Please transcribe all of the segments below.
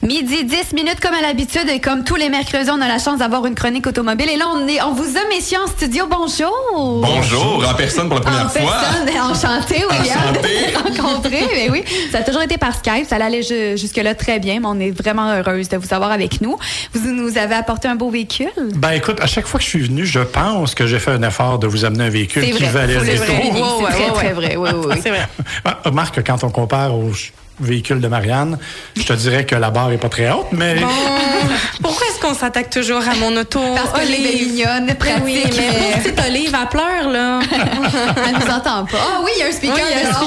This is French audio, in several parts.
Midi 10 minutes comme à l'habitude et comme tous les mercredis, on a la chance d'avoir une chronique automobile. Et là, on vous a, messieurs, en studio. Bonjour. Bonjour, en personne pour la première fois. En personne, enchanté, William. Enchanté. Rencontré, mais oui. Ça a toujours été par Skype. Ça allait jusque-là très bien, mais on est vraiment heureuse de vous avoir avec nous. Vous nous avez apporté un beau véhicule. Ben écoute, à chaque fois que je suis venu, je pense que j'ai fait un effort de vous amener un véhicule qui valait le détour. C'est très vrai. Oui. C'est vrai. Remarque que quand on compare aux véhicules de Marianne, je te dirais que la barre est pas très haute, mais... Bon, pourquoi est-ce qu'on s'attaque toujours à mon auto? Parce que Olive est mignonne, pratique. Oui, mais pour petite Olive, elle pleure, là. Elle nous entend pas. Ah oui, il y a un speaker.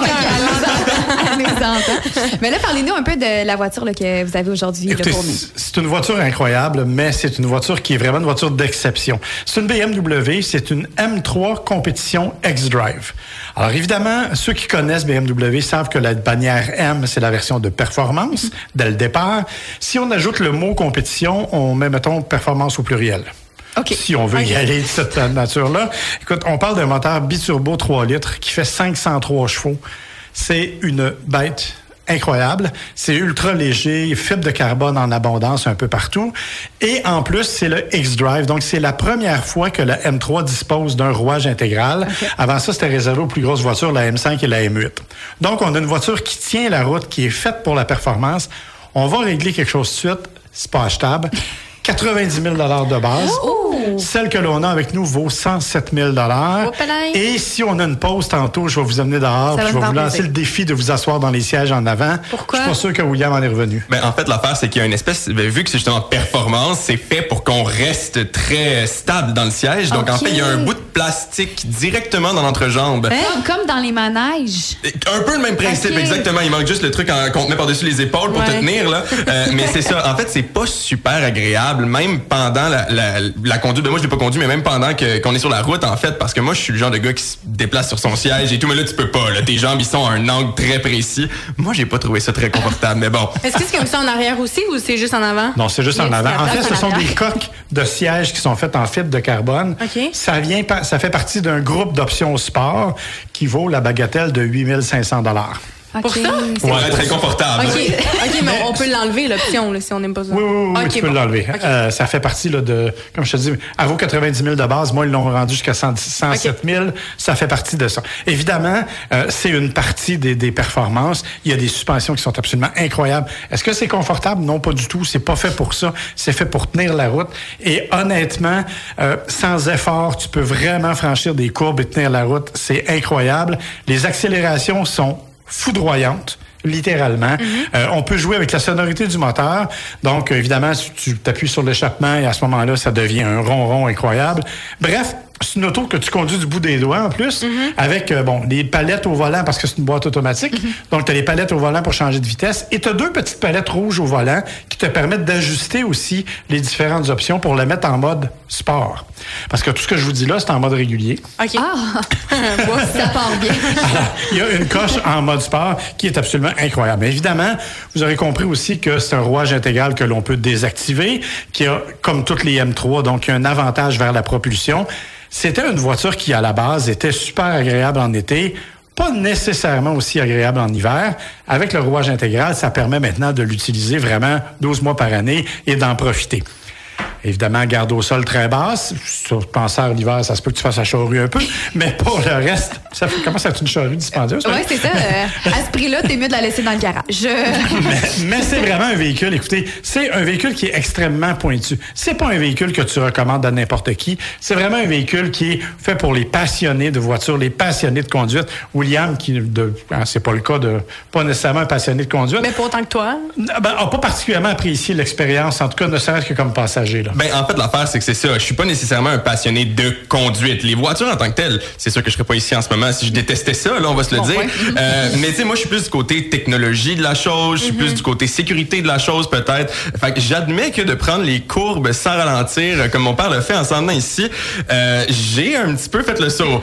Elle nous entend. Mais là, parlez-nous un peu de la voiture là, que vous avez aujourd'hui. Écoutez, là, pour nous. c'est une voiture incroyable, mais c'est une voiture qui est vraiment une voiture d'exception. C'est une BMW, c'est une M3 Compétition X-Drive. Alors évidemment, ceux qui connaissent BMW savent que la bannière M, c'est la version de performance dès le départ. Si on ajoute le mot compétition, on met, mettons, performance au pluriel. Okay. Si on veut y aller de cette nature-là. Écoute, on parle d'un moteur biturbo 3 litres qui fait 503 chevaux. C'est une bête incroyable. C'est ultra léger, fibre de carbone en abondance un peu partout. Et en plus, c'est le X-Drive. Donc, c'est la première fois que la M3 dispose d'un rouage intégral. Okay. Avant ça, c'était réservé aux plus grosses voitures, la M5 et la M8. Donc, on a une voiture qui tient la route, qui est faite pour la performance. On va régler quelque chose tout de suite. C'est pas achetable. 90 000 de base. Oh! Celle que l'on a avec nous vaut 107 000 Et si on a une pause tantôt, je vais vous amener dehors puis je vais vous lancer le défi de vous asseoir dans les sièges en avant. Pourquoi? Je suis pas sûr que William en est revenu. Ben, en fait, l'affaire, c'est qu'il y a une espèce... vu que c'est justement performance, c'est fait pour qu'on reste très stable dans le siège. Donc, en fait, il y a un bout de plastique directement dans l'entrejambe. Comme dans les manèges. Un peu le même principe, exactement. Il manque juste le truc qu'on te met par-dessus les épaules pour te tenir, là. Mais c'est ça. En fait, c'est pas super agréable, même pendant la conduite. Moi, je l'ai pas conduit, mais même pendant qu'on est sur la route, en fait, parce que moi, je suis le genre de gars qui se déplace sur son siège et tout, mais là, tu peux pas, là. Tes jambes, ils sont à un angle très précis. Moi, j'ai pas trouvé ça très confortable, mais bon. Est-ce que c'est comme ça en arrière aussi ou c'est juste en avant? Non, c'est juste en avant. En fait, ce sont des coques de sièges qui sont faites en fibre de carbone. Okay. Ça fait partie d'un groupe d'options sport qui vaut la bagatelle de 8 500 $. Okay. Pour ça? Pour être très confortable. OK, mais on peut l'enlever, l'option, là, si on n'aime pas ça. Oui, tu peux l'enlever. Okay. Ça fait partie là, de, comme je te dis, elle vaut 90 000 de base. Moi, ils l'ont rendu jusqu'à 107 000. Ça fait partie de ça. Évidemment, c'est une partie des performances. Il y a des suspensions qui sont absolument incroyables. Est-ce que c'est confortable? Non, pas du tout. C'est pas fait pour ça. C'est fait pour tenir la route. Et honnêtement, sans effort, tu peux vraiment franchir des courbes et tenir la route. C'est incroyable. Les accélérations sont foudroyante, littéralement. On peut jouer avec la sonorité du moteur. Donc, évidemment, si tu t'appuies sur l'échappement et à ce moment-là, ça devient un ronron incroyable. Bref, c'est une auto que tu conduis du bout des doigts en plus, avec des palettes au volant parce que c'est une boîte automatique. Donc, tu as les palettes au volant pour changer de vitesse et tu as 2 petites palettes rouges au volant qui te permettent d'ajuster aussi les différentes options pour le mettre en mode sport. Parce que tout ce que je vous dis là, c'est en mode régulier. OK. Ah! Ça part bien. Alors, il y a une coche en mode sport qui est absolument incroyable. Mais évidemment, vous aurez compris aussi que c'est un rouage intégral que l'on peut désactiver, qui a, comme toutes les M3, donc un avantage vers la propulsion. C'était une voiture qui, à la base, était super agréable en été, pas nécessairement aussi agréable en hiver. Avec le rouage intégral, ça permet maintenant de l'utiliser vraiment 12 mois par année et d'en profiter. Évidemment, garde au sol très basse. Sur penseur l'hiver, ça se peut que tu fasses la charrue un peu, mais pour le reste, ça fait comment ça être une charrue dispendieuse? Oui, c'est ça. À ce prix-là, t'es mieux de la laisser dans le garage. Mais c'est vraiment un véhicule, écoutez, c'est un véhicule qui est extrêmement pointu. C'est pas un véhicule que tu recommandes à n'importe qui. C'est vraiment un véhicule qui est fait pour les passionnés de voiture, les passionnés de conduite. William, c'est pas le cas de, pas nécessairement un passionné de conduite. Mais pas autant que toi. A pas particulièrement apprécié l'expérience, en tout cas, ne serait-ce que comme passager, là. Ben, en fait, l'affaire, c'est que c'est ça. Je suis pas nécessairement un passionné de conduite. Les voitures en tant que telles, c'est sûr que je serais pas ici en ce moment si je détestais ça, là, on va se le dire. Ouais. Mais tu sais, moi, je suis plus du côté technologie de la chose, je suis plus du côté sécurité de la chose, peut-être. Fait que j'admets que de prendre les courbes sans ralentir, comme mon père le fait en s'en venant ici, j'ai un petit peu fait le saut.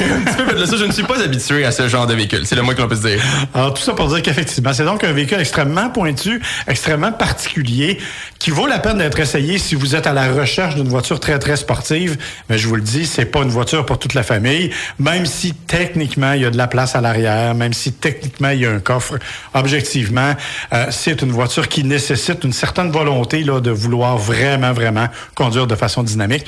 Je ne suis pas habitué à ce genre de véhicule. C'est le moins que l'on peut se dire. Alors, tout ça pour dire qu'effectivement, c'est donc un véhicule extrêmement pointu, extrêmement particulier, qui vaut la peine d'être essayé si vous vous êtes à la recherche d'une voiture très, très sportive, mais je vous le dis, c'est pas une voiture pour toute la famille, même si techniquement, il y a de la place à l'arrière, même si techniquement, il y a un coffre. Objectivement, c'est une voiture qui nécessite une certaine volonté là, de vouloir vraiment, vraiment conduire de façon dynamique.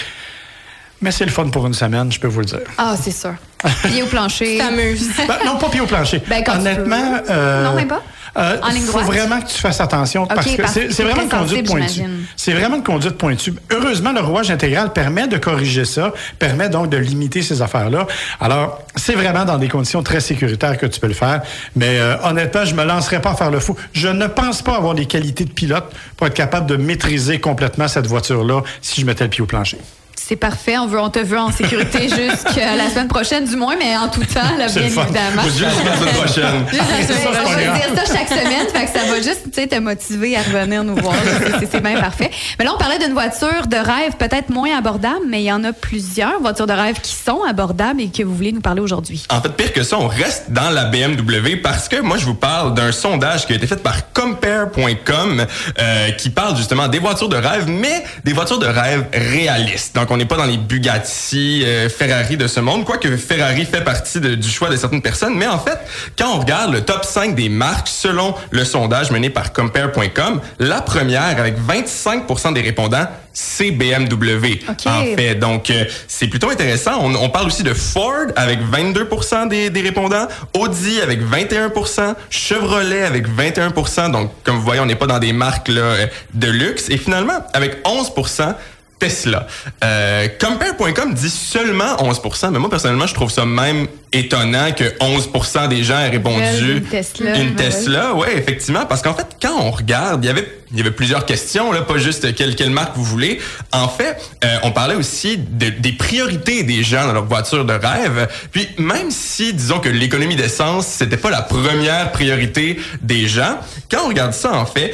Mais c'est le fun pour une semaine, je peux vous le dire. Ah, c'est sûr. Pied au plancher. T'amuses. Non, pas pied au plancher. Honnêtement, non, même pas. En ligne droite. Faut vraiment que tu fasses attention parce que c'est vraiment une conduite pointue. C'est vraiment une conduite pointue. Heureusement, le rouage intégral permet de corriger ça, permet donc de limiter ces affaires-là. Alors, c'est vraiment dans des conditions très sécuritaires que tu peux le faire. Mais honnêtement, je me lancerai pas à faire le fou. Je ne pense pas avoir les qualités de pilote pour être capable de maîtriser complètement cette voiture-là si je mettais le pied au plancher. C'est parfait. On te veut en sécurité jusqu'à la semaine prochaine, du moins, mais en tout temps, là, bien évidemment. Juste la semaine prochaine. On va dire ça chaque semaine, fait que ça va juste te motiver à revenir nous voir. C'est bien parfait. Mais là, on parlait d'une voiture de rêve peut-être moins abordable, mais il y en a plusieurs voitures de rêve qui sont abordables et que vous voulez nous parler aujourd'hui. En fait, pire que ça, on reste dans la BMW parce que moi, je vous parle d'un sondage qui a été fait par Compare.com qui parle justement des voitures de rêve, mais des voitures de rêve réalistes. Donc, on n'est pas dans les Bugatti, Ferrari de ce monde, quoique Ferrari fait partie du choix de certaines personnes. Mais en fait, quand on regarde le top 5 des marques, selon le sondage mené par Compare.com, la première, avec 25% des répondants, c'est BMW. Okay. En fait, donc c'est plutôt intéressant. On parle aussi de Ford avec 22% des répondants, Audi avec 21%, Chevrolet avec 21%. Donc, comme vous voyez, on n'est pas dans des marques là, de luxe. Et finalement, avec 11%, Tesla. Compare.com dit seulement 11%, mais moi, personnellement, je trouve ça même étonnant que 11% des gens aient répondu une Tesla. Ouais, effectivement, parce qu'en fait, quand on regarde, il y avait plusieurs questions, là, pas juste quelle marque vous voulez. En fait, on parlait aussi des priorités des gens dans leur voiture de rêve. Puis, même si, disons que l'économie d'essence, c'était pas la première priorité des gens, quand on regarde ça, en fait,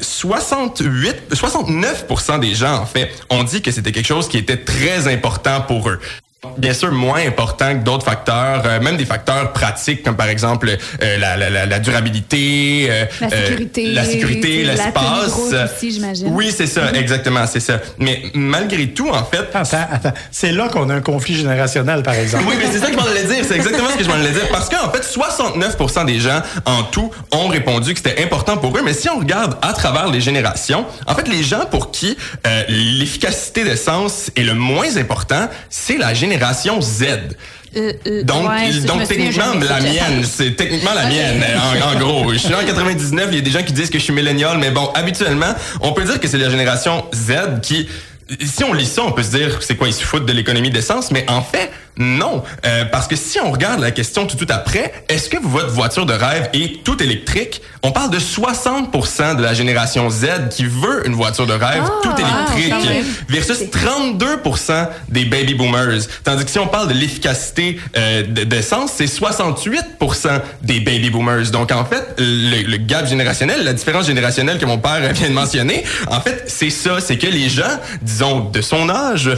69% des gens, en fait, ont dit que c'était quelque chose qui était très important pour eux. Bien sûr, moins important que d'autres facteurs, même des facteurs pratiques comme par exemple la durabilité, la sécurité, l'espace. Aussi, j'imagine. Oui, c'est ça, exactement, c'est ça. Mais malgré tout, en fait... Attends. C'est là qu'on a un conflit générationnel, par exemple. Oui, mais c'est ça que je m'en allais dire. C'est exactement ce que je m'en allais dire. Parce qu'en fait, 69% des gens, en tout, ont répondu que c'était important pour eux. Mais si on regarde à travers les générations, en fait, les gens pour qui l'efficacité d'essence est le moins important, c'est la génération Z. Donc techniquement, la mienne, c'est techniquement la mienne, en gros. Je suis en 99, il y a des gens qui disent que je suis millénial, mais bon, habituellement, on peut dire que c'est la génération Z qui... Si on lit ça, on peut se dire, c'est quoi, ils se foutent de l'économie d'essence, mais en fait, non. Parce que si on regarde la question tout après, est-ce que votre voiture de rêve est toute électrique? On parle de 60% de la génération Z qui veut une voiture de rêve toute électrique versus 32% des baby boomers. Tandis que si on parle de l'efficacité d'essence, c'est 68% des baby boomers. Donc, en fait, le gap générationnel, la différence générationnelle que mon père vient de mentionner, en fait, c'est ça. C'est que les gens, disons, de son âge...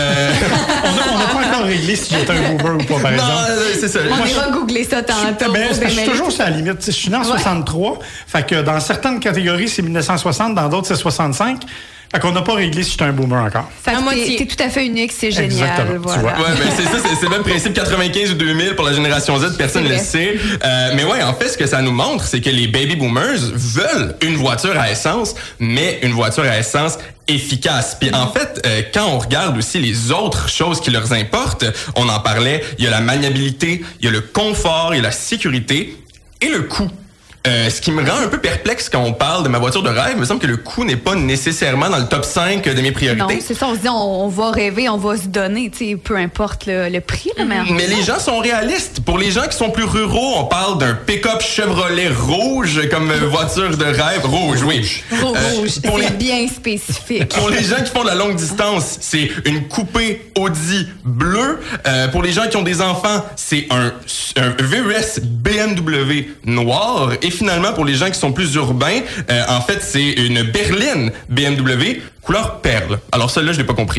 on n'a pas encore réglé si j'étais un boomer ou pas, par exemple. Non, c'est ça. On ira googler ça tantôt. Je suis toujours sur la limite. Je suis né en 63, fait que dans certaines catégories, c'est 1960, dans d'autres, c'est 65. Fait qu'on n'a pas réglé si j'étais un boomer encore. T'es tout à fait unique, c'est génial. Exactement, voilà. tu vois. Ouais, ben c'est ça, c'est le même principe 95 ou 2000 pour la génération Z, personne ne le sait. Mais ouais, en fait, ce que ça nous montre, c'est que les baby boomers veulent une voiture à essence, mais une voiture à essence efficace. Puis en fait, quand on regarde aussi les autres choses qui leur importent, on en parlait, il y a la maniabilité, il y a le confort, il y a la sécurité et le coût. Ce qui me rend un peu perplexe quand on parle de ma voiture de rêve, il me semble que le coût n'est pas nécessairement dans le top 5 de mes priorités. Non, c'est ça, on se dit, on va rêver, on va se donner, tu sais, peu importe le prix. Là, mais les gens sont réalistes. Pour les gens qui sont plus ruraux, on parle d'un pick-up Chevrolet rouge comme voiture de rêve. Rouge, oui. Rouge, c'est bien spécifique. Pour les gens qui font de la longue distance, c'est une coupée Audi bleue. Pour les gens qui ont des enfants, c'est un VUS BMW noir. Et finalement, pour les gens qui sont plus urbains, en fait, c'est une berline BMW couleur perle. Alors, celle-là, je l'ai pas compris.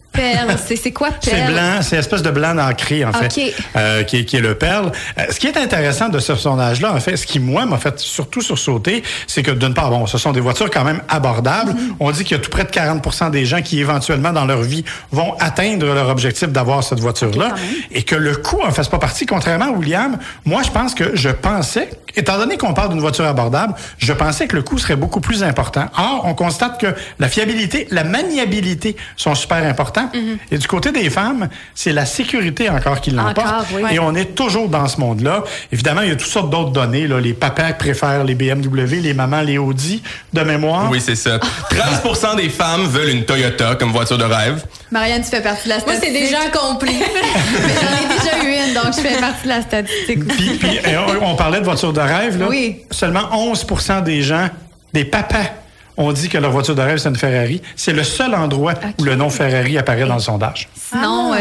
Perle, c'est quoi perle? C'est blanc, c'est espèce de blanc nacré, en fait, qui est le perle. Ce qui est intéressant de ce sondage-là, en fait, ce qui, moi, m'a fait surtout sursauter, c'est que, d'une part, bon, ce sont des voitures quand même abordables. On dit qu'il y a tout près de 40% des gens qui, éventuellement, dans leur vie, vont atteindre leur objectif d'avoir cette voiture-là. Et que le coût en fasse pas partie. Contrairement à William, moi, je pensais, étant donné qu'on parle d'une voiture abordable, je pensais que le coût serait beaucoup plus important. Or, on constate que la fiabilité, la maniabilité sont super importants. Et du côté des femmes, c'est la sécurité encore qui l'emporte. Et on est toujours dans ce monde-là. Évidemment, il y a toutes sortes d'autres données. Là. Les papas préfèrent les BMW, les mamans, les Audi, de mémoire. Oui, c'est ça. 13% des femmes veulent une Toyota comme voiture de rêve. Marianne, tu fais partie de la statistique. Moi, c'est déjà accompli. Mais j'en ai déjà eu une, donc je fais partie de la statistique. Puis on parlait de voiture de rêve. Là. Oui. Seulement 11% des gens, des papas, on dit que leur voiture de rêve, c'est une Ferrari. C'est le seul endroit où le nom Ferrari apparaît dans le sondage. Sinon,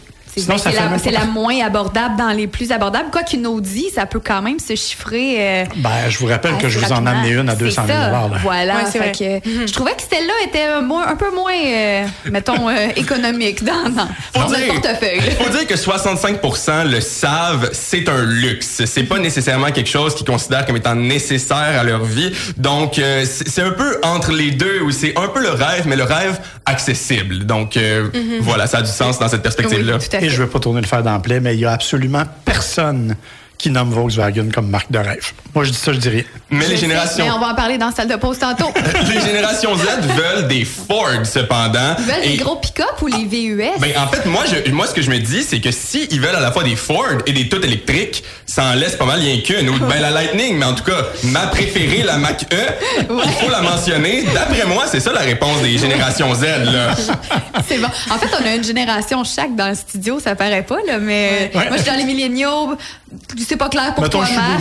c'est la moins abordable dans les plus abordables. Quoi qu'une Audi, ça peut quand même se chiffrer. Je vous rappelle que je vous en ai amené une à 200 000 $. Voilà. Ouais, c'est vrai. Je trouvais que celle-là était un peu moins, mettons, économique dans le portefeuille. Il faut dire que 65% le savent, c'est un luxe. C'est pas nécessairement quelque chose qu'ils considèrent comme étant nécessaire à leur vie. Donc, c'est un peu entre les deux, où c'est un peu le rêve, mais le rêve accessible. Donc, voilà, ça a du sens dans cette perspective-là. Oui, et je veux pas tourner le fer dans le plaid, mais il y a absolument personne qui nomme Volkswagen comme marque de rêve. Moi, je dis ça, je dis rien. Mais les générations... Mais on va en parler dans la salle de pause tantôt. Les générations Z veulent des Ford, cependant. Ils veulent des gros pick-up ou les VUS? En fait, moi, ce que je me dis, c'est que si ils veulent à la fois des Ford et des tout électriques, ça en laisse pas mal rien qu'une. Ou la Lightning, mais en tout cas, ma préférée, la Mach-E, il faut la mentionner. D'après moi, c'est ça la réponse des générations Z, là. C'est bon. En fait, on a une génération chaque dans le studio, ça paraît pas, là, mais moi, je suis dans les milléniaux. C'est pas clair pour toi, Marc.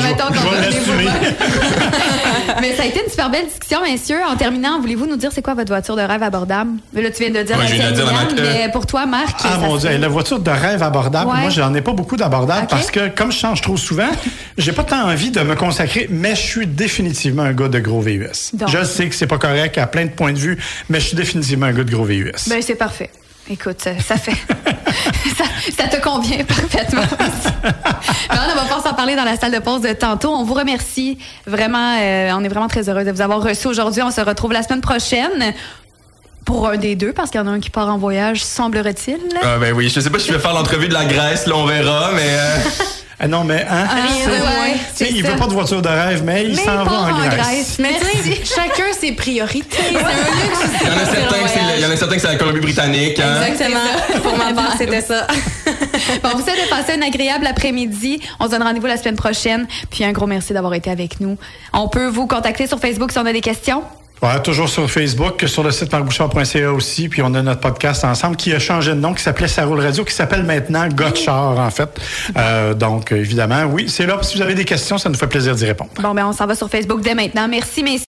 Mais ça a été une super belle discussion, messieurs. En terminant, voulez-vous nous dire c'est quoi votre voiture de rêve abordable? Là, tu viens de dire mais pour toi, Marc... Ah mon Dieu, la voiture de rêve abordable, moi, j'en ai pas beaucoup d'abordables parce que, comme je change trop souvent, j'ai pas tant envie de me consacrer, mais je suis définitivement un gars de gros VUS. Donc, je sais que c'est pas correct à plein de points de vue, mais je suis définitivement un gars de gros VUS. Ben, c'est parfait. Écoute, ça fait... ça te convient parfaitement. Alors, on va pouvoir s'en parler dans la salle de pause de tantôt. On vous remercie vraiment. On est vraiment très heureux de vous avoir reçu aujourd'hui. On se retrouve la semaine prochaine. Pour un des deux, parce qu'il y en a un qui part en voyage, semblerait-il. Ah ben oui, je sais pas si je vais faire l'entrevue de la Grèce, là, on verra, mais... non, mais... il veut pas de voiture de rêve, mais il s'en va en Grèce. Mais tu sais, chacun ses priorités. C'est un luxe. Il y en a certains que c'est la Colombie-Britannique. Hein? Exactement. Pour ma part, c'était ça. Bon, vous savez de passer un agréable après-midi. On se donne rendez-vous la semaine prochaine. Puis un gros merci d'avoir été avec nous. On peut vous contacter sur Facebook si on a des questions. Ouais, toujours sur Facebook, sur le site marcbouchard.ca aussi. Puis on a notre podcast ensemble qui a changé de nom, qui s'appelait Ça roule radio, qui s'appelle maintenant Gotchard, en fait. Donc, évidemment, oui, c'est là. Si vous avez des questions, ça nous fait plaisir d'y répondre. Bon, ben on s'en va sur Facebook dès maintenant. Merci, messieurs.